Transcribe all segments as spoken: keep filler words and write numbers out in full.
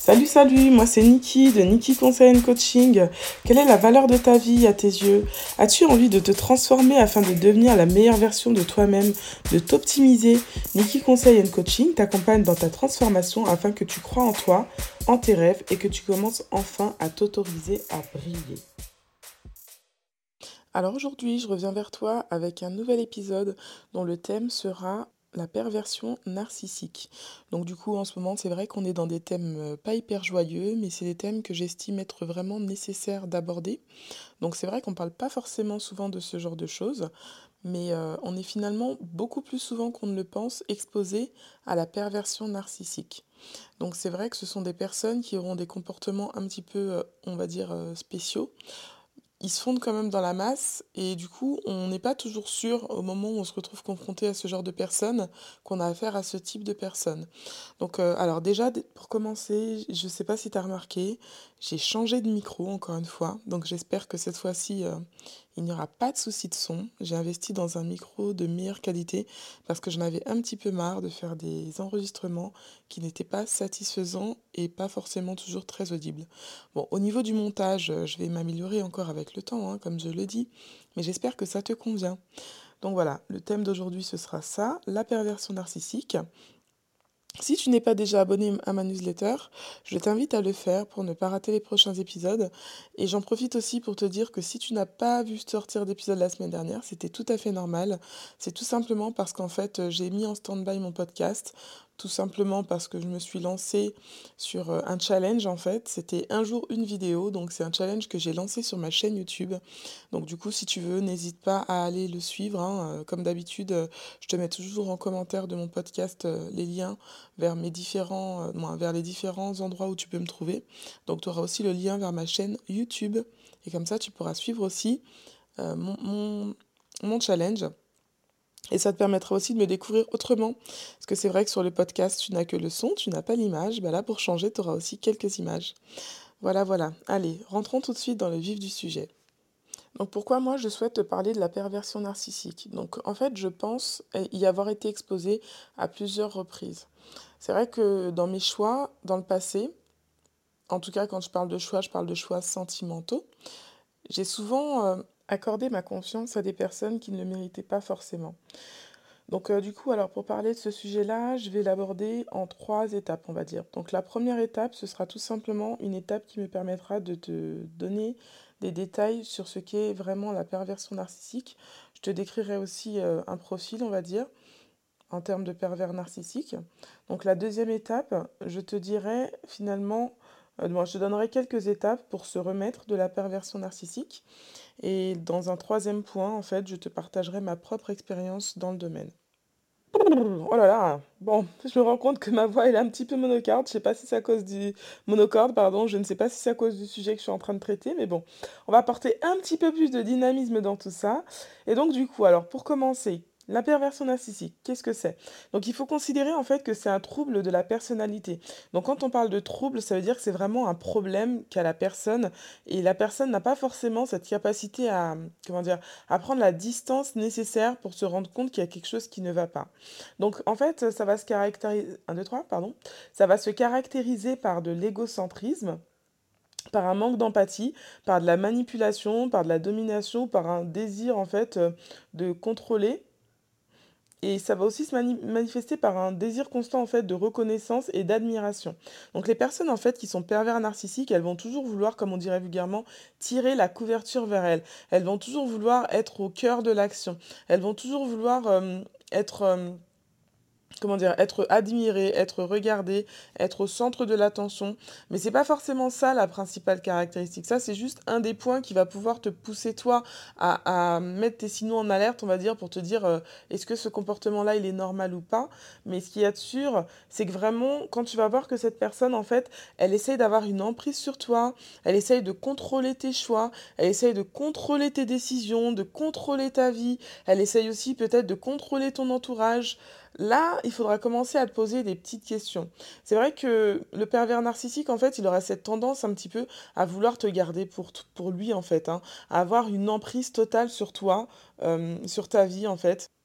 Salut, salut, moi c'est Niki de Niki Conseil and Coaching. Quelle est la valeur de ta vie à tes yeux? As-tu envie de te transformer afin de devenir la meilleure version de toi-même, de t'optimiser? Niki Conseil and Coaching t'accompagne dans ta transformation afin que tu crois en toi, en tes rêves et que tu commences enfin à t'autoriser à briller. Alors aujourd'hui, je reviens vers toi avec un nouvel épisode dont le thème sera la perversion narcissique. Donc du coup, en ce moment, c'est vrai qu'on est dans des thèmes euh, pas hyper joyeux, mais c'est des thèmes que j'estime être vraiment nécessaires d'aborder. Donc c'est vrai qu'on parle pas forcément souvent de ce genre de choses, mais euh, on est finalement beaucoup plus souvent qu'on ne le pense exposé à la perversion narcissique. Donc c'est vrai que ce sont des personnes qui auront des comportements un petit peu, euh, on va dire, euh, spéciaux. Ils se fondent quand même dans la masse et du coup, on n'est pas toujours sûr au moment où on se retrouve confronté à ce genre de personnes qu'on a affaire à ce type de personnes. Donc, euh, alors déjà, d- pour commencer, je ne sais pas si tu as remarqué, j'ai changé de micro encore une fois. Donc, j'espère que cette fois-ci, euh, il n'y aura pas de souci de son. J'ai investi dans un micro de meilleure qualité parce que j'en avais un petit peu marre de faire des enregistrements qui n'étaient pas satisfaisants et pas forcément toujours très audibles. Bon, au niveau du montage, euh, je vais m'améliorer encore avec le temps, hein, comme je le dis, mais j'espère que ça te convient. Donc voilà, le thème d'aujourd'hui, ce sera ça, la perversion narcissique. Si tu n'es pas déjà abonné à ma newsletter, je t'invite à le faire pour ne pas rater les prochains épisodes. Et j'en profite aussi pour te dire que si tu n'as pas vu sortir d'épisode la semaine dernière, c'était tout à fait normal. C'est tout simplement parce qu'en fait, euh, j'ai mis en stand-by mon podcast. Tout simplement parce que je me suis lancée sur euh, un challenge en fait. C'était un jour une vidéo. Donc c'est un challenge que j'ai lancé sur ma chaîne YouTube. Donc du coup, si tu veux, n'hésite pas à aller le suivre, hein. Euh, Comme d'habitude, euh, je te mets toujours en commentaire de mon podcast euh, les liens vers mes différents, euh, non, vers les différents endroits où tu peux me trouver. Donc tu auras aussi le lien vers ma chaîne YouTube. Et comme ça, tu pourras suivre aussi euh, mon, mon, mon challenge. Et ça te permettra aussi de me découvrir autrement. Parce que c'est vrai que sur le podcast, tu n'as que le son, tu n'as pas l'image. Bah là, pour changer, tu auras aussi quelques images. Voilà, voilà. Allez, rentrons tout de suite dans le vif du sujet. Donc pourquoi moi je souhaite te parler de la perversion narcissique? Donc en fait je pense y avoir été exposée à plusieurs reprises. C'est vrai que dans mes choix, dans le passé, en tout cas quand je parle de choix, je parle de choix sentimentaux, j'ai souvent euh, accordé ma confiance à des personnes qui ne le méritaient pas forcément. Donc euh, du coup, alors pour parler de ce sujet-là, je vais l'aborder en trois étapes, on va dire. Donc la première étape, ce sera tout simplement une étape qui me permettra de te donner des détails sur ce qu'est vraiment la perversion narcissique. Je te décrirai aussi euh, un profil, on va dire, en termes de pervers narcissique. Donc la deuxième étape, je te dirai finalement, euh, bon, je te donnerai quelques étapes pour se remettre de la perversion narcissique. Et dans un troisième point, en fait, je te partagerai ma propre expérience dans le domaine. Oh là là, bon, je me rends compte que ma voix elle est un petit peu monocorde. Je sais pas si c'est à cause du monocorde, pardon. Je ne sais pas si c'est à cause du sujet que je suis en train de traiter, mais bon, on va apporter un petit peu plus de dynamisme dans tout ça. Et donc du coup, alors pour commencer, la perversion narcissique, qu'est-ce que c'est? Donc il faut considérer en fait que c'est un trouble de la personnalité. Donc quand on parle de trouble, ça veut dire que c'est vraiment un problème qu'a la personne et la personne n'a pas forcément cette capacité à, comment dire, à prendre la distance nécessaire pour se rendre compte qu'il y a quelque chose qui ne va pas. Donc en fait, ça va se caractériser, un, deux, trois, pardon. Ça va se caractériser par de l'égocentrisme, par un manque d'empathie, par de la manipulation, par de la domination, par un désir en fait euh, de contrôler. Et ça va aussi se mani- manifester par un désir constant en fait de reconnaissance et d'admiration. Donc les personnes en fait qui sont pervers narcissiques, elles vont toujours vouloir, comme on dirait vulgairement, tirer la couverture vers elles. Elles vont toujours vouloir être au cœur de l'action. Elles vont toujours vouloir euh, être euh, comment dire, être admiré, être regardé, être au centre de l'attention. Mais c'est pas forcément ça la principale caractéristique. Ça, c'est juste un des points qui va pouvoir te pousser toi à, à mettre tes signaux en alerte, on va dire, pour te dire euh, est-ce que ce comportement-là, il est normal ou pas. Mais ce qu'il y a de sûr, c'est que vraiment, quand tu vas voir que cette personne, en fait, elle essaye d'avoir une emprise sur toi, elle essaye de contrôler tes choix, elle essaye de contrôler tes décisions, de contrôler ta vie, elle essaye aussi peut-être de contrôler ton entourage. Là, il faudra commencer à te poser des petites questions. C'est vrai que le pervers narcissique, en fait, il aura cette tendance un petit peu à vouloir te garder pour, pour lui, en fait, hein, à avoir une emprise totale sur toi, euh, sur ta vie, en fait.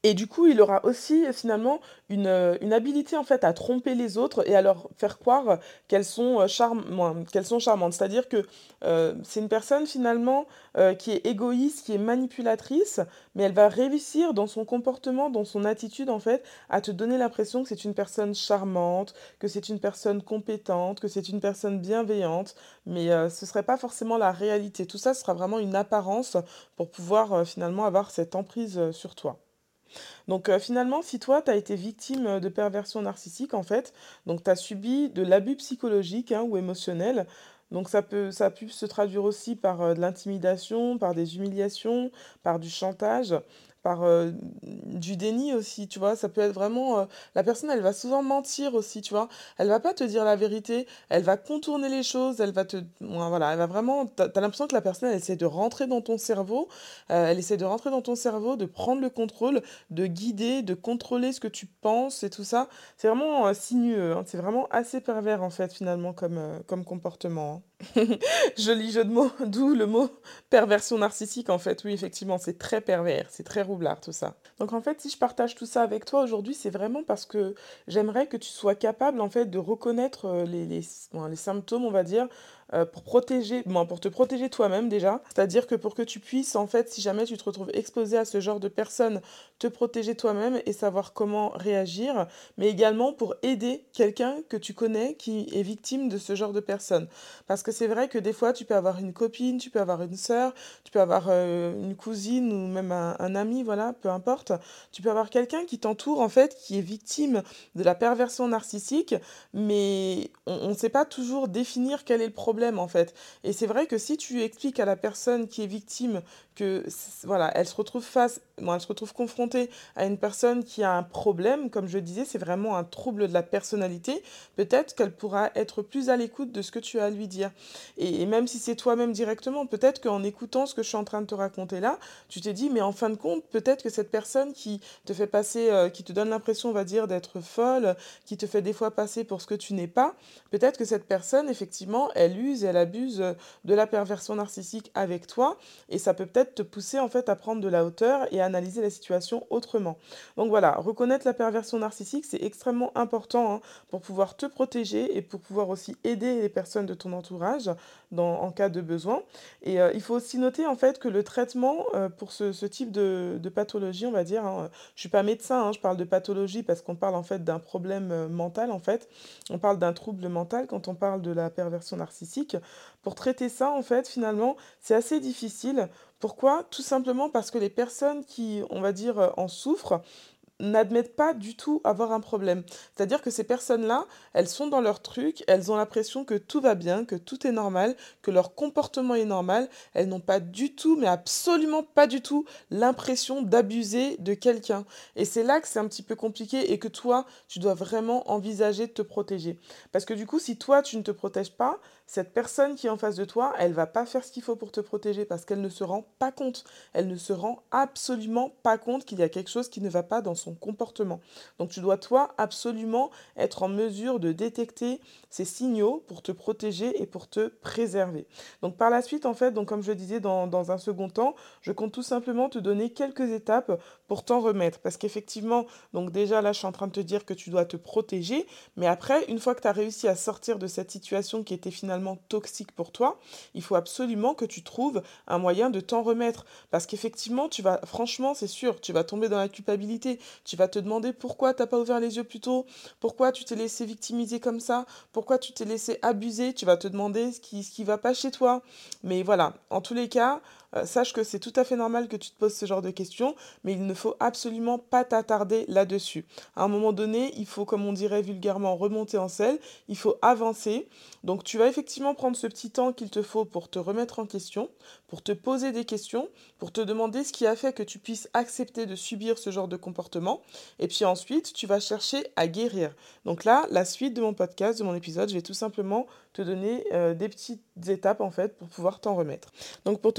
Et du coup, il aura aussi, heu, finalement une, heu, une habilité en fait à tromper les autres et à leur faire croire qu'elles sont, heu, charm mouais, qu'elles sont charmantes. C'est-à-dire que, heu, c'est une personne finalement, heu, qui est égoïste, qui est manipulatrice, mais elle va réussir dans son comportement, dans son attitude en fait, à te donner l'impression que c'est une personne charmante, que c'est une personne compétente, que c'est une personne bienveillante, mais, heu, ce serait pas forcément la réalité. Tout ça sera vraiment une apparence pour pouvoir, heu, finalement avoir cette emprise, heu, sur toi. Donc heu, finalement, si toi, tu as été victime, heu, de perversion narcissique, en fait, donc tu as subi de l'abus psychologique, hein, ou émotionnel, donc ça peut ça a pu se traduire aussi par, heu, de l'intimidation, par des humiliations, par du chantage, par, heu, du déni aussi, tu vois? Ça peut être vraiment, heu, la personne, elle va souvent mentir aussi, tu vois? Elle va pas te dire la vérité, elle va contourner les choses, elle va te ouais, voilà, elle va vraiment tu as tu as l'impression que la personne, elle essaie de rentrer dans ton cerveau, heu, elle essaie de rentrer dans ton cerveau, de prendre le contrôle, de guider, de contrôler ce que tu penses et tout ça. C'est vraiment, heu, sinueux, hein. C'est vraiment assez pervers, en fait, finalement, comme, heu, comme comportement, hein. Joli jeu de mots, d'où le mot perversion narcissique, en fait. Oui, effectivement, c'est très pervers, c'est très roublard, tout ça. Donc, en fait, si je partage tout ça avec toi aujourd'hui, c'est vraiment parce que j'aimerais que tu sois capable, en fait, de reconnaître, heu, les les s ben, les symptômes, on va dire, heu, pour protéger bon, pour te protéger toi-même déjà. C'est-à-dire que pour que tu puisses, en fait, si jamais tu te retrouves exposé à ce genre de personnes, te protéger toi-même et savoir comment réagir, mais également pour aider quelqu'un que tu connais qui est victime de ce genre de personnes. Parce que c'est vrai que des fois, tu peux avoir une copine, tu peux avoir une sœur, tu peux avoir euh, une cousine ou même un, un ami, voilà, peu importe. Tu peux avoir quelqu'un qui t'entoure, en fait, qui est victime de la perversion narcissique, mais on ne sait pas toujours définir quel est le problème, en fait. Et c'est vrai que si tu expliques à la personne qui est victime que c- voilà, elle se retrouve face, bon, elle se retrouve confrontée à une personne qui a un problème, comme je disais, c'est vraiment un trouble de la personnalité, peut-être qu'elle pourra être plus à l'écoute de ce que tu as à lui dire. Et, et même si c'est toi-même directement, peut-être qu'en écoutant ce que je suis en train de te raconter là, tu t'es dit, mais en fin de compte, peut-être que cette personne qui te fait passer, euh, qui te donne l'impression, on va dire, d'être folle, qui te fait des fois passer pour ce que tu n'es pas, peut-être que cette personne, effectivement, elle use, elle abuse euh, de la perversion narcissique avec toi et ça peut peut-être te pousser en fait à prendre de la hauteur et à analyser la situation autrement. Donc voilà, reconnaître la perversion narcissique, c'est extrêmement important, hein, pour pouvoir te protéger et pour pouvoir aussi aider les personnes de ton entourage dans, en cas de besoin. Et euh, il faut aussi noter en fait que le traitement euh, pour ce, ce type de, de pathologie, on va dire, hein, je suis pas médecin, hein, je parle de pathologie parce qu'on parle en fait d'un problème euh, mental en fait, on parle d'un trouble mental quand on parle de la perversion narcissique. Pour traiter ça en fait, finalement, c'est assez difficile. Pourquoi? Tout simplement parce que les personnes qui, on va dire, euh, en souffrent, n'admettent pas du tout avoir un problème. C'est-à-dire que ces personnes-là, elles sont dans leur truc, elles ont l'impression que tout va bien, que tout est normal, que leur comportement est normal. Elles n'ont pas du tout, mais absolument pas du tout, l'impression d'abuser de quelqu'un. Et c'est là que c'est un petit peu compliqué et que toi, tu dois vraiment envisager de te protéger. Parce que du coup, si toi, tu ne te protèges pas, cette personne qui est en face de toi, elle va pas faire ce qu'il faut pour te protéger parce qu'elle ne se rend pas compte. Elle ne se rend absolument pas compte qu'il y a quelque chose qui ne va pas dans son comportement. Donc tu dois, toi, absolument être en mesure de détecter ces signaux pour te protéger et pour te préserver. Donc par la suite, en fait, donc comme je disais dans, dans un second temps, je compte tout simplement te donner quelques étapes pour t'en remettre. Parce qu'effectivement, donc déjà là, je suis en train de te dire que tu dois te protéger, mais après, une fois que tu as réussi à sortir de cette situation qui était finalement toxique pour toi, il faut absolument que tu trouves un moyen de t'en remettre. Parce qu'effectivement, tu vas, franchement, c'est sûr, tu vas tomber dans la culpabilité. Tu vas te demander pourquoi t'as pas ouvert les yeux plus tôt, pourquoi tu t'es laissé victimiser comme ça, pourquoi tu t'es laissé abuser. Tu vas te demander ce qui, ce qui va pas chez toi. Mais voilà, en tous les cas, euh, sache que c'est tout à fait normal que tu te poses ce genre de questions, mais il ne faut absolument pas t'attarder là-dessus. À un moment donné, il faut, comme on dirait vulgairement, remonter en selle, il faut avancer. Donc tu vas effectivement prendre ce petit temps qu'il te faut pour te remettre en question, pour te poser des questions, pour te demander ce qui a fait que tu puisses accepter de subir ce genre de comportement. Et puis ensuite, tu vas chercher à guérir. Donc là, la suite de mon podcast, de mon épisode, je vais tout simplement te donner euh, des petites étapes en fait pour pouvoir t'en remettre. Donc pour te remettre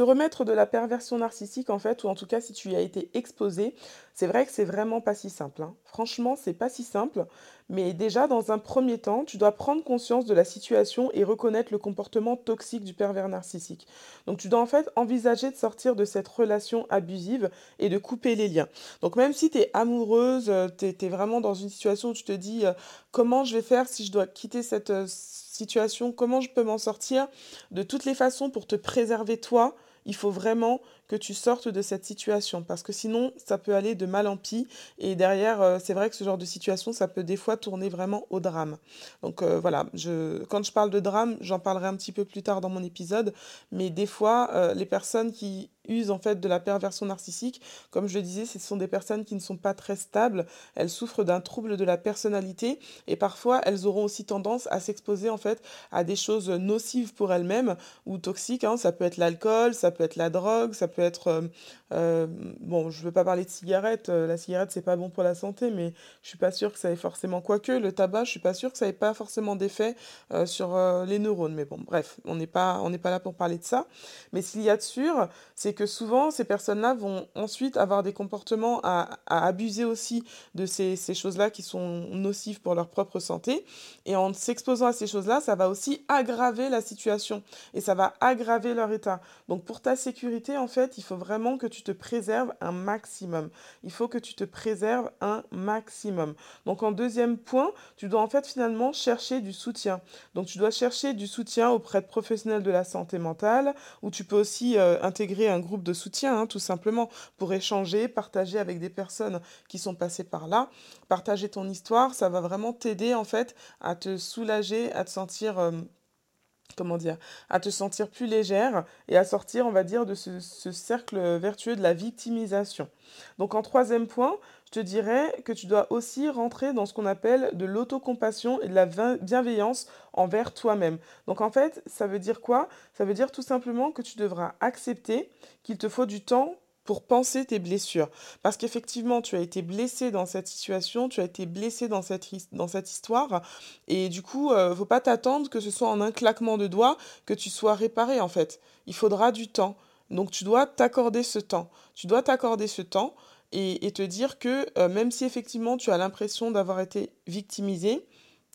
souffres de la perversion narcissique, en fait, ou en tout cas si tu y as été exposé, c'est vrai que c'est vraiment pas si simple, hein. Franchement, c'est pas si simple, mais déjà, dans un premier temps, tu dois prendre conscience de la situation et reconnaître le comportement toxique du pervers narcissique. Donc, tu dois en fait envisager de sortir de cette relation abusive et de couper les liens. Donc, même si tu es amoureuse, tu es vraiment dans une situation où tu te dis euh, comment je vais faire si je dois quitter cette euh, situation, comment je peux m'en sortir, de toutes les façons pour te préserver toi, il faut vraiment que tu sortes de cette situation parce que sinon ça peut aller de mal en pis et derrière euh, c'est vrai que ce genre de situation ça peut des fois tourner vraiment au drame. Donc euh, voilà, je, quand je parle de drame, j'en parlerai un petit peu plus tard dans mon épisode, mais des fois euh, les personnes qui usent en fait de la perversion narcissique, comme je le disais, ce sont des personnes qui ne sont pas très stables, elles souffrent d'un trouble de la personnalité et parfois elles auront aussi tendance à s'exposer en fait à des choses nocives pour elles-mêmes ou toxiques, hein. Ça peut être l'alcool, ça peut être la drogue, ça peut être... euh, euh, bon, je ne veux pas parler de cigarette, euh, la cigarette c'est pas bon pour la santé, mais je suis pas sûre que ça ait forcément... Quoique, le tabac, je suis pas sûre que ça ait pas forcément d'effet euh, sur euh, les neurones. Mais bon, bref, on n'est pas, on n'est pas là pour parler de ça. Mais ce qu'il y a de sûr, c'est que souvent, ces personnes-là vont ensuite avoir des comportements à, à abuser aussi de ces, ces choses-là qui sont nocives pour leur propre santé. Et en s'exposant à ces choses-là, ça va aussi aggraver la situation et ça va aggraver leur état. Donc pour ta sécurité, en fait, il faut vraiment que tu te préserves un maximum. Il faut que tu te préserves un maximum. Donc en deuxième point, tu dois en fait finalement chercher du soutien. Donc tu dois chercher du soutien auprès de professionnels de la santé mentale ou tu peux aussi euh, intégrer un groupe de soutien, hein, tout simplement, pour échanger, partager avec des personnes qui sont passées par là. Partager ton histoire, ça va vraiment t'aider en fait à te soulager, à te sentir... euh, comment dire, à te sentir plus légère et à sortir, on va dire, de ce, ce cercle vertueux de la victimisation. Donc en troisième point, je te dirais que tu dois aussi rentrer dans ce qu'on appelle de l'autocompassion et de la vin- bienveillance envers toi-même. Donc en fait, ça veut dire quoi? Ça veut dire tout simplement que tu devras accepter qu'il te faut du temps pour penser tes blessures. Parce qu'effectivement, tu as été blessé dans cette situation, tu as été blessé dans cette, his- dans cette histoire, et du coup, euh, faut pas t'attendre que ce soit en un claquement de doigts que tu sois réparé en fait. Il faudra du temps. Donc tu dois t'accorder ce temps. Tu dois t'accorder ce temps et, et te dire que euh, même si effectivement tu as l'impression d'avoir été victimisé,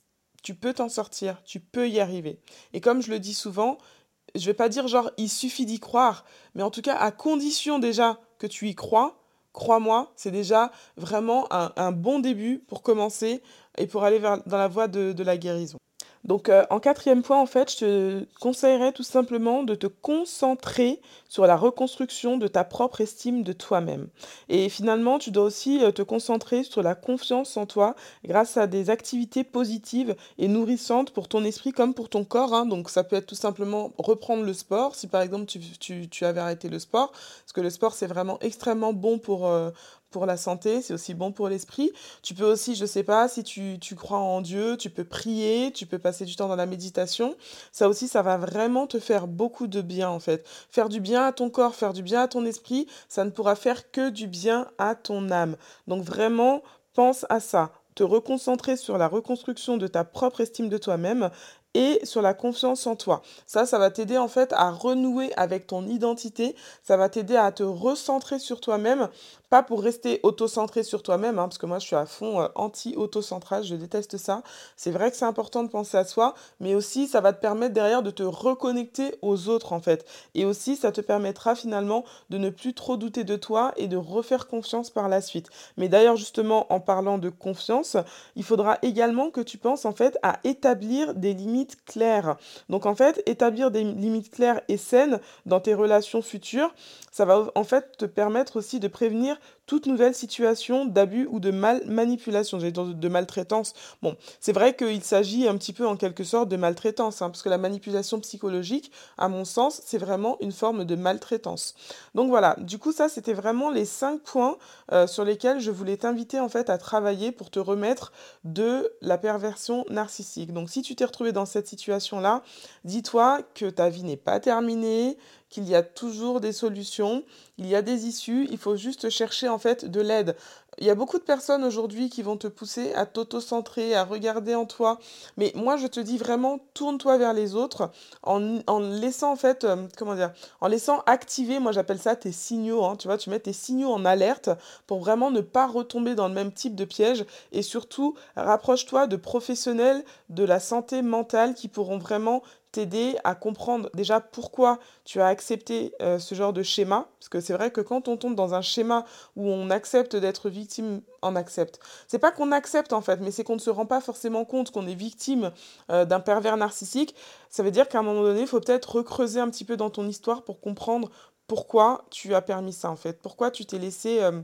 tu peux t'en sortir, tu peux y arriver. Et comme je le dis souvent, je vais pas dire genre il suffit d'y croire, mais en tout cas à condition déjà que tu y crois, crois-moi, c'est déjà vraiment un, un bon début pour commencer et pour aller vers, dans la voie de, de la guérison. Donc, euh, en quatrième point, en fait, je te conseillerais tout simplement de te concentrer sur la reconstruction de ta propre estime de toi-même. Et finalement, tu dois aussi euh, te concentrer sur la confiance en toi grâce à des activités positives et nourrissantes pour ton esprit comme pour ton corps, hein. Donc, ça peut être tout simplement reprendre le sport. Si par exemple tu, tu, tu avais arrêté le sport, parce que le sport, c'est vraiment extrêmement bon pour... euh, pour la santé, c'est aussi bon pour l'esprit. Tu peux aussi, je sais pas, si tu, tu crois en Dieu, tu peux prier, tu peux passer du temps dans la méditation. Ça aussi, ça va vraiment te faire beaucoup de bien, en fait. Faire du bien à ton corps, faire du bien à ton esprit, ça ne pourra faire que du bien à ton âme. Donc vraiment, pense à ça. Te reconcentrer sur la reconstruction de ta propre estime de toi-même et sur la confiance en toi. Ça, ça va t'aider en fait à renouer avec ton identité, ça va t'aider à te recentrer sur toi-même, pas pour rester auto-centré sur toi-même, hein, parce que moi je suis à fond euh, anti-auto-centrage, je déteste ça. C'est vrai que c'est important de penser à soi, mais aussi ça va te permettre derrière de te reconnecter aux autres en fait. Et aussi ça te permettra finalement de ne plus trop douter de toi et de refaire confiance par la suite. Mais d'ailleurs justement en parlant de confiance, il faudra également que tu penses en fait à établir des limites claires. Donc en fait, établir des limites claires et saines dans tes relations futures, ça va en fait te permettre aussi de prévenir toute nouvelle situation d'abus ou de mal manipulation, j'allais dire de, de maltraitance. Bon, c'est vrai qu'il s'agit un petit peu en quelque sorte de maltraitance, hein, parce que la manipulation psychologique, à mon sens, c'est vraiment une forme de maltraitance. Donc voilà, du coup ça c'était vraiment les cinq points euh, sur lesquels je voulais t'inviter en fait à travailler pour te remettre de la perversion narcissique. Donc si tu t'es retrouvé dans cette situation-là, dis-toi que ta vie n'est pas terminée, qu'il y a toujours des solutions, il y a des issues, il faut juste chercher en fait de l'aide. Il y a beaucoup de personnes aujourd'hui qui vont te pousser à t'auto-centrer, à regarder en toi. Mais moi, je te dis vraiment, tourne-toi vers les autres en, en laissant, en fait, euh, comment dire, en laissant activer, moi j'appelle ça tes signaux, hein, tu vois, tu mets tes signaux en alerte pour vraiment ne pas retomber dans le même type de piège. Et surtout, rapproche-toi de professionnels de la santé mentale qui pourront vraiment t'aider à comprendre déjà pourquoi tu as accepté euh, ce genre de schéma. Parce que c'est vrai que quand on tombe dans un schéma où on accepte d'être victime, on accepte. C'est pas qu'on accepte en fait, mais c'est qu'on ne se rend pas forcément compte qu'on est victime euh, d'un pervers narcissique. Ça veut dire qu'à un moment donné, il faut peut-être recreuser un petit peu dans ton histoire pour comprendre pourquoi tu as permis ça en fait, pourquoi tu t'es laissé euh,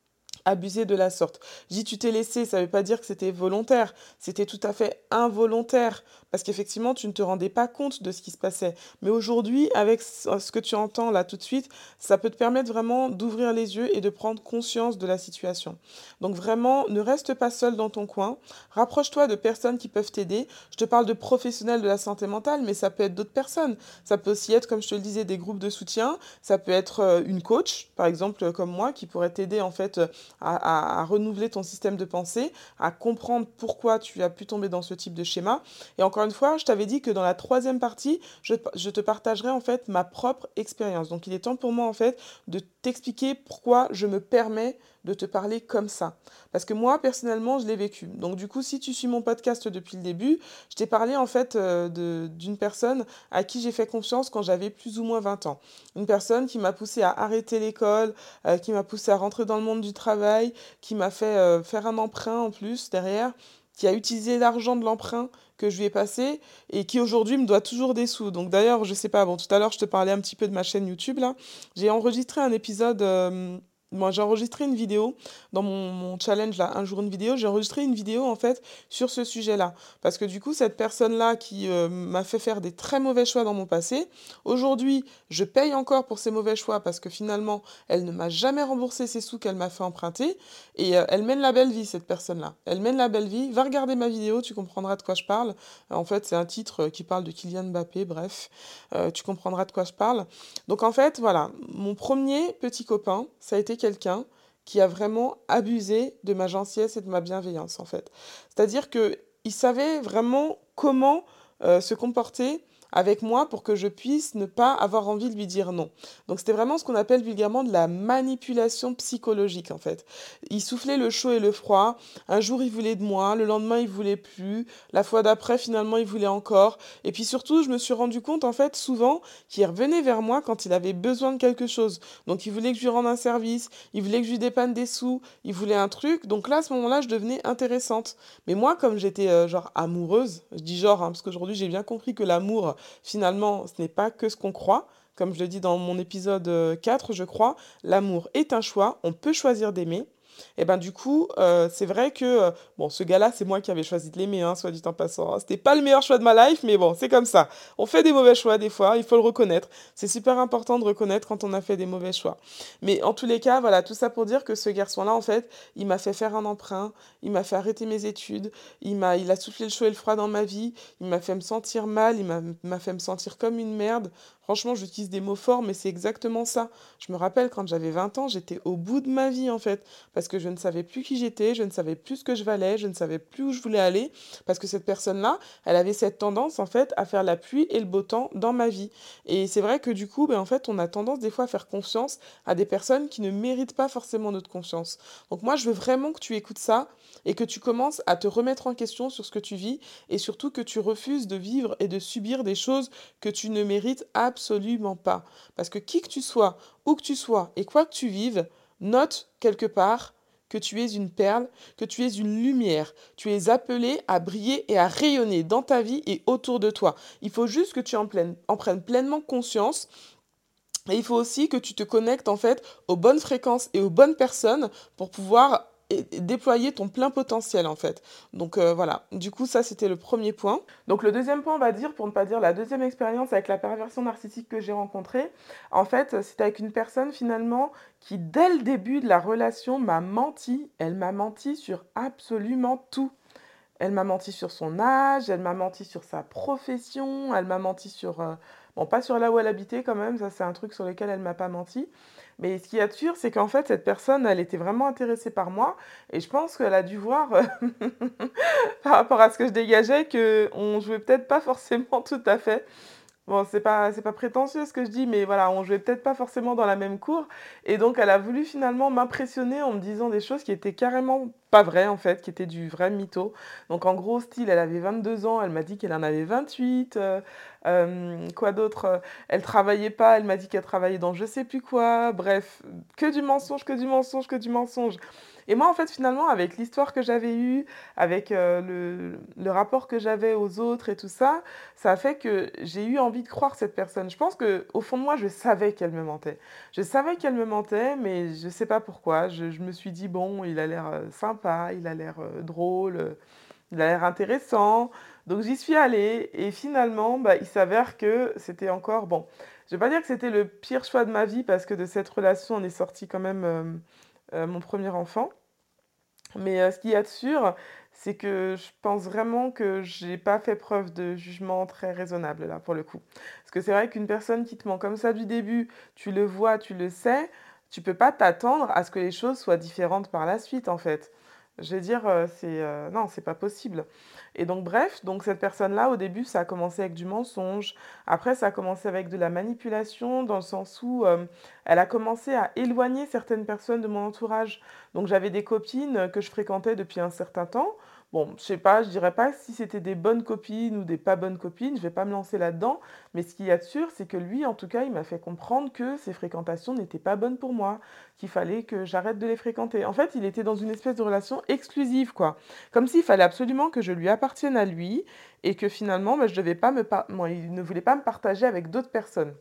abuser de la sorte. Je dis tu t'es laissé, ça ne veut pas dire que c'était volontaire, c'était tout à fait involontaire, parce qu'effectivement tu ne te rendais pas compte de ce qui se passait. Mais aujourd'hui, avec ce que tu entends là tout de suite, ça peut te permettre vraiment d'ouvrir les yeux et de prendre conscience de la situation. Donc vraiment, ne reste pas seul dans ton coin, rapproche-toi de personnes qui peuvent t'aider. Je te parle de professionnels de la santé mentale, mais ça peut être d'autres personnes. Ça peut aussi être, comme je te le disais, des groupes de soutien, ça peut être euh, une coach, par exemple, euh, comme moi, qui pourrait t'aider en fait à, à, à renouveler ton système de pensée, à comprendre pourquoi tu as pu tomber dans ce type de schéma. Et encore une fois, je t'avais dit que dans la troisième partie, je, je te partagerai en fait ma propre expérience. Donc il est temps pour moi en fait de t'expliquer pourquoi je me permets de te parler comme ça. Parce que moi, personnellement, je l'ai vécu. Donc du coup, si tu suis mon podcast depuis le début, je t'ai parlé en fait euh, de, d'une personne à qui j'ai fait confiance quand j'avais plus ou moins vingt ans. Une personne qui m'a poussé à arrêter l'école, euh, qui m'a poussé à rentrer dans le monde du travail, qui m'a fait euh, faire un emprunt en plus derrière, qui a utilisé l'argent de l'emprunt que je lui ai passé et qui aujourd'hui me doit toujours des sous. Donc d'ailleurs, je sais pas, bon, tout à l'heure, je te parlais un petit peu de ma chaîne YouTube là. J'ai enregistré un épisode. Euh, moi, j'ai enregistré une vidéo dans mon, mon challenge là, un jour une vidéo. J'ai enregistré une vidéo en fait sur ce sujet-là. Parce que du coup, cette personne-là qui euh, m'a fait faire des très mauvais choix dans mon passé, aujourd'hui, je paye encore pour ces mauvais choix parce que finalement, elle ne m'a jamais remboursé ces sous qu'elle m'a fait emprunter. Et euh, elle mène la belle vie, cette personne-là. Elle mène la belle vie. Va regarder ma vidéo, tu comprendras de quoi je parle. En fait, c'est un titre qui parle de Kylian Mbappé, bref. Euh, tu comprendras de quoi je parle. Donc en fait, voilà, mon premier petit copain, ça a été quelqu'un qui a vraiment abusé de ma gentillesse et de ma bienveillance, en fait. C'est-à-dire que il savait vraiment comment euh, se comporter avec moi pour que je puisse ne pas avoir envie de lui dire non. Donc c'était vraiment ce qu'on appelle vulgairement de la manipulation psychologique en fait. Il soufflait le chaud et le froid. Un jour il voulait de moi, le lendemain il voulait plus, la fois d'après finalement il voulait encore. Et puis surtout je me suis rendu compte en fait souvent qu'il revenait vers moi quand il avait besoin de quelque chose. Donc il voulait que je lui rende un service, il voulait que je lui dépanne des sous, il voulait un truc. Donc là à ce moment-là je devenais intéressante. Mais moi comme j'étais euh, genre amoureuse, je dis genre hein, parce qu'aujourd'hui j'ai bien compris que l'amour finalement, ce n'est pas que ce qu'on croit. Comme je le dis dans mon épisode euh, quatre, je crois, l'amour est un choix, on peut choisir d'aimer. Et ben du coup, euh, c'est vrai que, euh, bon, ce gars-là, c'est moi qui avais choisi de l'aimer, hein, soit dit en passant. Hein. C'était pas le meilleur choix de ma life, mais bon, c'est comme ça. On fait des mauvais choix des fois, il faut le reconnaître. C'est super important de reconnaître quand on a fait des mauvais choix. Mais en tous les cas, voilà, tout ça pour dire que ce garçon-là, en fait, il m'a fait faire un emprunt, il m'a fait arrêter mes études, il m'a, il a soufflé le chaud et le froid dans ma vie, il m'a fait me sentir mal, il m'a, m'a fait me sentir comme une merde. Franchement, j'utilise des mots forts, mais c'est exactement ça. Je me rappelle quand j'avais vingt ans, j'étais au bout de ma vie, en fait, parce que je ne savais plus qui j'étais, je ne savais plus ce que je valais, je ne savais plus où je voulais aller, parce que cette personne-là, elle avait cette tendance, en fait, à faire la pluie et le beau temps dans ma vie. Et c'est vrai que du coup, ben, en fait, on a tendance des fois à faire confiance à des personnes qui ne méritent pas forcément notre confiance. Donc moi, je veux vraiment que tu écoutes ça et que tu commences à te remettre en question sur ce que tu vis et surtout que tu refuses de vivre et de subir des choses que tu ne mérites absolument pas. Parce que qui que tu sois, où que tu sois et quoi que tu vives, note quelque part que tu es une perle, que tu es une lumière. Tu es appelé à briller et à rayonner dans ta vie et autour de toi. Il faut juste que tu en, pleine, en prennes pleinement conscience. Et il faut aussi que tu te connectes en fait aux bonnes fréquences et aux bonnes personnes pour pouvoir et- et déployer ton plein potentiel en fait. Donc euh, voilà, du coup ça c'était le premier point. Donc le deuxième point on va dire, pour ne pas dire la deuxième expérience avec la perversion narcissique que j'ai rencontrée, en fait c'était avec une personne finalement qui dès le début de la relation m'a menti, elle m'a menti sur absolument tout. Elle m'a menti sur son âge, elle m'a menti sur sa profession, elle m'a menti sur... euh, bon, pas sur là où elle habitait quand même, ça c'est un truc sur lequel elle m'a pas menti. Mais ce qu'il y a de sûr, c'est qu'en fait, cette personne, elle était vraiment intéressée par moi et je pense qu'elle a dû voir, heu, par rapport à ce que je dégageais, qu'on jouait peut-être pas forcément tout à fait. Bon, c'est pas c'est pas prétentieux ce que je dis, mais voilà, on jouait peut-être pas forcément dans la même cour et donc elle a voulu finalement m'impressionner en me disant des choses qui étaient carrément pas vraies, en fait, qui étaient du vrai mytho. Donc en gros, style, elle avait vingt-deux ans, elle m'a dit qu'elle en avait vingt-huit, heu, hem, quoi d'autre? Heu, elle travaillait pas, elle m'a dit qu'elle travaillait dans je sais plus quoi, bref, que du mensonge, que du mensonge, que du mensonge et moi, en fait, finalement, avec l'histoire que j'avais eue, avec, heu, le le rapport que j'avais aux autres et tout ça, ça a fait que j'ai eu envie de croire cette personne. Je pense qu'au fond de moi, je savais qu'elle me mentait. Je savais qu'elle me mentait, mais je sais pas pourquoi. Je je me suis dit: «Bon, il a l'air, heu, sympa, il a l'air, heu, drôle, heu, il a l'air intéressant». Donc j'y suis allée et finalement, bah, il s'avère que c'était encore bon, je vais pas dire que c'était le pire choix de ma vie parce que de cette relation, on est sorti quand même, hem, heu, mon premier enfant. Mais heu, ce qu'il y a de sûr, c'est que je pense vraiment que j'ai pas fait preuve de jugement très raisonnable là, pour le coup. Parce que c'est vrai qu'une personne qui te ment comme ça du début, tu le vois, tu le sais, tu peux pas t'attendre à ce que les choses soient différentes par la suite, en fait. Je veux dire, heu, c'est, heu, non, c'est pas possible et donc bref, donc cette personne-là, au début, ça a commencé avec du mensonge. Après, ça a commencé avec de la manipulation dans le sens où, hem, elle a commencé à éloigner certaines personnes de mon entourage. Donc j'avais des copines que je fréquentais depuis un certain temps. Bon, je sais pas, je dirais pas si c'était des bonnes copines ou des pas bonnes copines, je vais pas me lancer là-dedans, mais ce qu'il y a de sûr, c'est que lui, en tout cas, il m'a fait comprendre que ces fréquentations n'étaient pas bonnes pour moi, qu'il fallait que j'arrête de les fréquenter. En fait, il était dans une espèce de relation exclusive, quoi. Comme s'il fallait absolument que je lui appartienne à lui et que finalement, bah, je devais pas me par- moi, il ne voulait pas me partager avec d'autres personnes.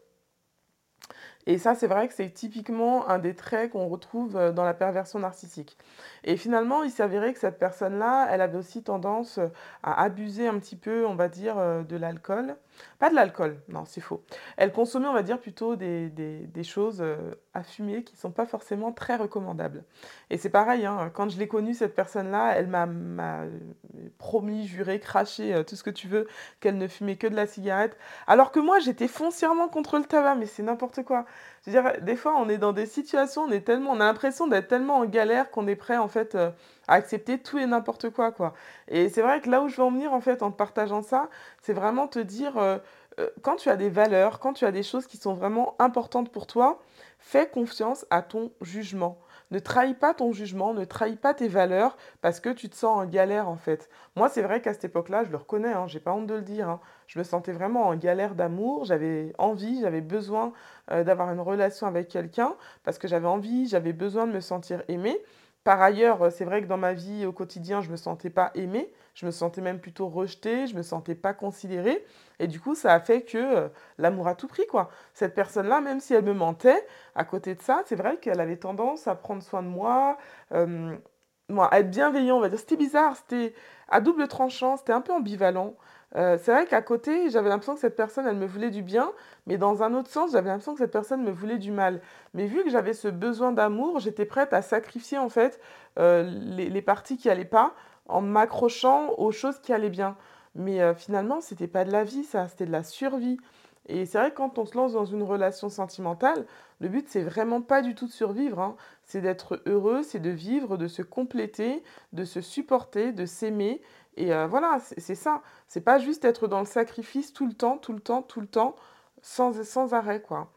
Et ça, c'est vrai que c'est typiquement un des traits qu'on retrouve, heu, dans la perversion narcissique. Et finalement, il s'avérait que cette personne-là, elle avait aussi tendance, heu, à abuser un petit peu, on va dire, heu, de l'alcool. Pas de l'alcool, non, c'est faux. Elle consommait, on va dire, plutôt des des des choses, heu, à fumer qui sont pas forcément très recommandables. Et c'est pareil, hein, quand je l'ai connue, cette personne-là, elle m'a m'a, heu, promis, juré, craché, heu, tout ce que tu veux, qu'elle ne fumait que de la cigarette. Alors que moi, j'étais foncièrement contre le tabac, mais c'est n'importe quoi. Je veux dire, des fois, on est dans des situations, on est tellement, on a l'impression d'être tellement en galère qu'on est prêt, en fait, heu, à accepter tout et n'importe quoi, quoi. Et c'est vrai que là où je veux en venir, en fait, en te partageant ça, c'est vraiment te dire, heu heu, quand tu as des valeurs, quand tu as des choses qui sont vraiment importantes pour toi, fais confiance à ton jugement. Ne trahis pas ton jugement, ne trahis pas tes valeurs parce que tu te sens en galère, en fait. Moi, c'est vrai qu'à cette époque-là, je le reconnais, hein, j'ai pas honte de le dire, hein, je me sentais vraiment en galère d'amour, j'avais envie, j'avais besoin heu, d'avoir une relation avec quelqu'un parce que j'avais envie, j'avais besoin de me sentir aimée. Par ailleurs, heu, c'est vrai que dans ma vie au quotidien, je me sentais pas aimée, je me sentais même plutôt rejetée, je me sentais pas considérée et du coup, ça a fait que, heu, l'amour à tout prix, quoi. Cette personne-là, même si elle me mentait, à côté de ça, c'est vrai qu'elle avait tendance à prendre soin de moi, hem, moi, à être bienveillant, on va dire. C'était bizarre, c'était à double tranchant, c'était un peu ambivalent. Heu, c'est vrai qu'à côté, j'avais l'impression que cette personne, elle me voulait du bien, mais dans un autre sens, j'avais l'impression que cette personne me voulait du mal. Mais vu que j'avais ce besoin d'amour, j'étais prête à sacrifier en fait, heu, les les parties qui allaient pas, en m'accrochant aux choses qui allaient bien. Mais, heu, finalement, c'était pas de la vie ça, c'était de la survie. Et c'est vrai que quand on se lance dans une relation sentimentale, le but c'est vraiment pas du tout de survivre, hein. C'est d'être heureux, c'est de vivre, de se compléter, de se supporter, de s'aimer et heu, voilà, c'est c'est ça. C'est pas juste être dans le sacrifice tout le temps, tout le temps, tout le temps, sans sans arrêt, quoi.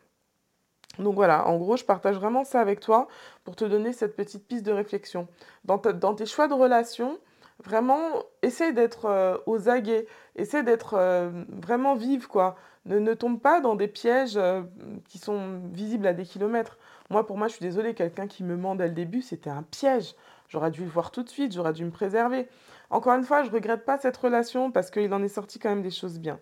Donc voilà, en gros, je partage vraiment ça avec toi pour te donner cette petite piste de réflexion. Dans ta dans tes choix de relations, vraiment, essaye d'être, heu, aux aguets, essaye d'être, heu, vraiment vive, quoi. Ne ne tombe pas dans des pièges, heu, qui sont visibles à des kilomètres. Moi, pour moi, je suis désolée, quelqu'un qui me ment dès le début, c'était un piège. J'aurais dû le voir tout de suite, j'aurais dû me préserver. Encore une fois, je regrette pas cette relation parce qu'il en est sorti quand même des choses bien.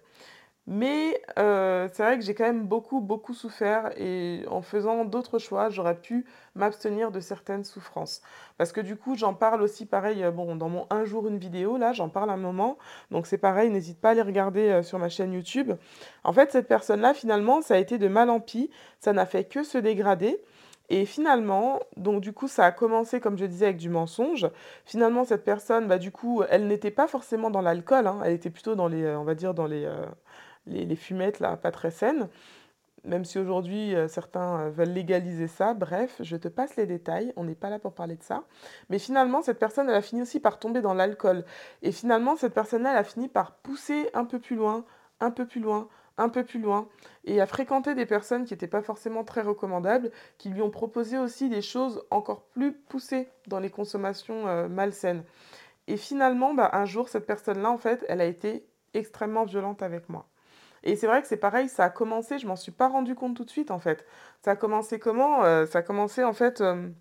Mais heu, c'est vrai que j'ai quand même beaucoup, beaucoup souffert et en faisant d'autres choix, j'aurais pu m'abstenir de certaines souffrances. Parce que du coup, j'en parle aussi pareil, heu, bon, dans mon un jour une vidéo, là, j'en parle un moment, donc c'est pareil, n'hésite pas à aller regarder, heu, sur ma chaîne YouTube. En fait, cette personne-là, finalement, ça a été de mal en pis, ça n'a fait que se dégrader et finalement, donc du coup, ça a commencé, comme je disais, avec du mensonge. Finalement, cette personne, bah, du coup, elle n'était pas forcément dans l'alcool, hein, elle était plutôt dans les, heu, on va dire dans les, heu les les fumettes là, pas très saines. même si aujourd'hui, heu, certains, heu, veulent légaliser ça. Bref, je te passe les détails, on n'est pas là pour parler de ça. Mais finalement, cette personne, elle a fini aussi par tomber dans l'alcool et finalement, cette personne-là, elle a fini par pousser un peu plus loin, un peu plus loin, un peu plus loin et à fréquenter des personnes qui étaient pas forcément très recommandables, qui lui ont proposé aussi des choses encore plus poussées dans les consommations, heu, malsaines et finalement, bah, un jour, cette personne-là, en fait, elle a été extrêmement violente avec moi. Et c'est vrai que c'est pareil, ça a commencé, je m'en suis pas rendu compte tout de suite en fait. Ça a commencé comment? Heu, ça a commencé en fait, hem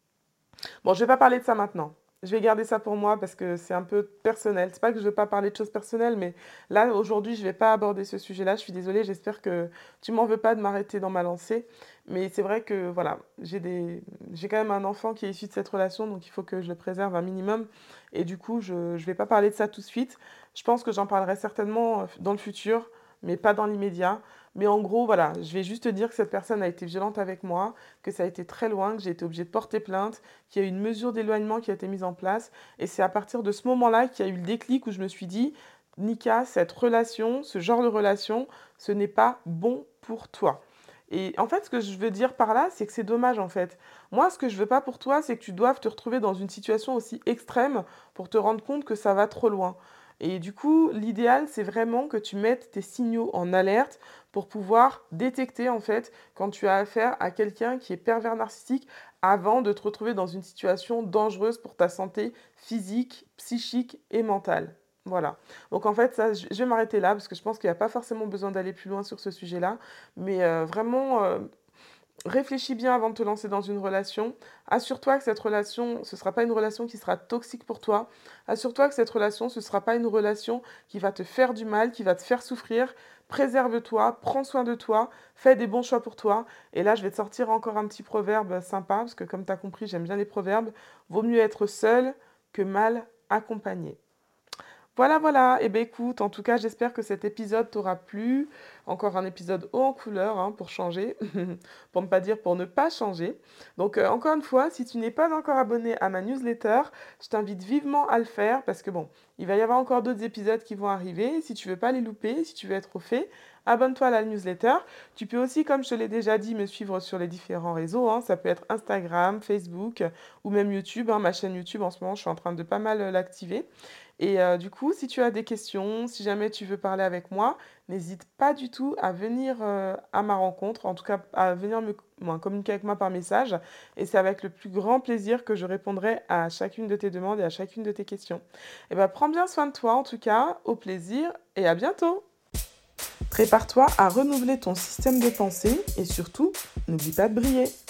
bon, je vais pas parler de ça maintenant. Je vais garder ça pour moi parce que c'est un peu personnel. C'est pas que je veux pas parler de choses personnelles, mais là, aujourd'hui, je vais pas aborder ce sujet-là. Je suis désolée, j'espère que tu m'en veux pas de m'arrêter dans ma lancée. Mais c'est vrai que voilà, j'ai des j'ai quand même un enfant qui est issu de cette relation, donc il faut que je le préserve un minimum et du coup, je je vais pas parler de ça tout de suite. Je pense que j'en parlerai certainement, heu, dans le futur, mais pas dans l'immédiat. Mais en gros, voilà, je vais juste te dire que cette personne a été violente avec moi, que ça a été très loin, que j'ai été obligée de porter plainte, qu'il y a eu une mesure d'éloignement qui a été mise en place. Et c'est à partir de ce moment-là qu'il y a eu le déclic où je me suis dit, Nika, cette relation, ce genre de relation, ce n'est pas bon pour toi. Et en fait, ce que je veux dire par là, c'est que c'est dommage en fait. Moi, ce que je veux pas pour toi, c'est que tu doives te retrouver dans une situation aussi extrême pour te rendre compte que ça va trop loin. Et du coup, l'idéal, c'est vraiment que tu mettes tes signaux en alerte pour pouvoir détecter en fait quand tu as affaire à quelqu'un qui est pervers narcissique avant de te retrouver dans une situation dangereuse pour ta santé physique, psychique et mentale. Voilà. Donc en fait, ça, je je vais m'arrêter là parce que je pense qu'il n'y a pas forcément besoin d'aller plus loin sur ce sujet-là. Mais euh, vraiment, euh, réfléchis bien avant de te lancer dans une relation. Assure-toi que cette relation, ce ne sera pas une relation qui sera toxique pour toi. Assure-toi que cette relation, ce ne sera pas une relation qui va te faire du mal, qui va te faire souffrir. Préserve-toi, prends soin de toi, fais des bons choix pour toi. Et là, je vais te sortir encore un petit proverbe sympa, parce que comme tu as compris, j'aime bien les proverbes. Vaut mieux être seul que mal accompagné. Voilà, voilà. Eh bien, écoute, en tout cas, j'espère que cet épisode t'aura plu. Encore un épisode haut en couleur, hein, pour changer, pour ne pas dire pour ne pas changer. Donc, euh, encore une fois, si tu n'es pas encore abonné à ma newsletter, je t'invite vivement à le faire parce que bon, il va y avoir encore d'autres épisodes qui vont arriver. Si tu veux pas les louper, si tu veux être au fait, abonne-toi à la newsletter. Tu peux aussi, comme je te l'ai déjà dit, me suivre sur les différents réseaux, hein. Ça peut être Instagram, Facebook ou même YouTube, hein. Ma chaîne YouTube, en ce moment, je suis en train de pas mal euh, l'activer. Et euh, du coup, si tu as des questions, si jamais tu veux parler avec moi, n'hésite pas du tout à venir euh, à ma rencontre, en tout cas à venir me moi, communiquer avec moi par message. Et c'est avec le plus grand plaisir que je répondrai à chacune de tes demandes et à chacune de tes questions. Et ben, prends bien soin de toi en tout cas, au plaisir et à bientôt. Prépare-toi à renouveler ton système de pensée et surtout, n'oublie pas de briller.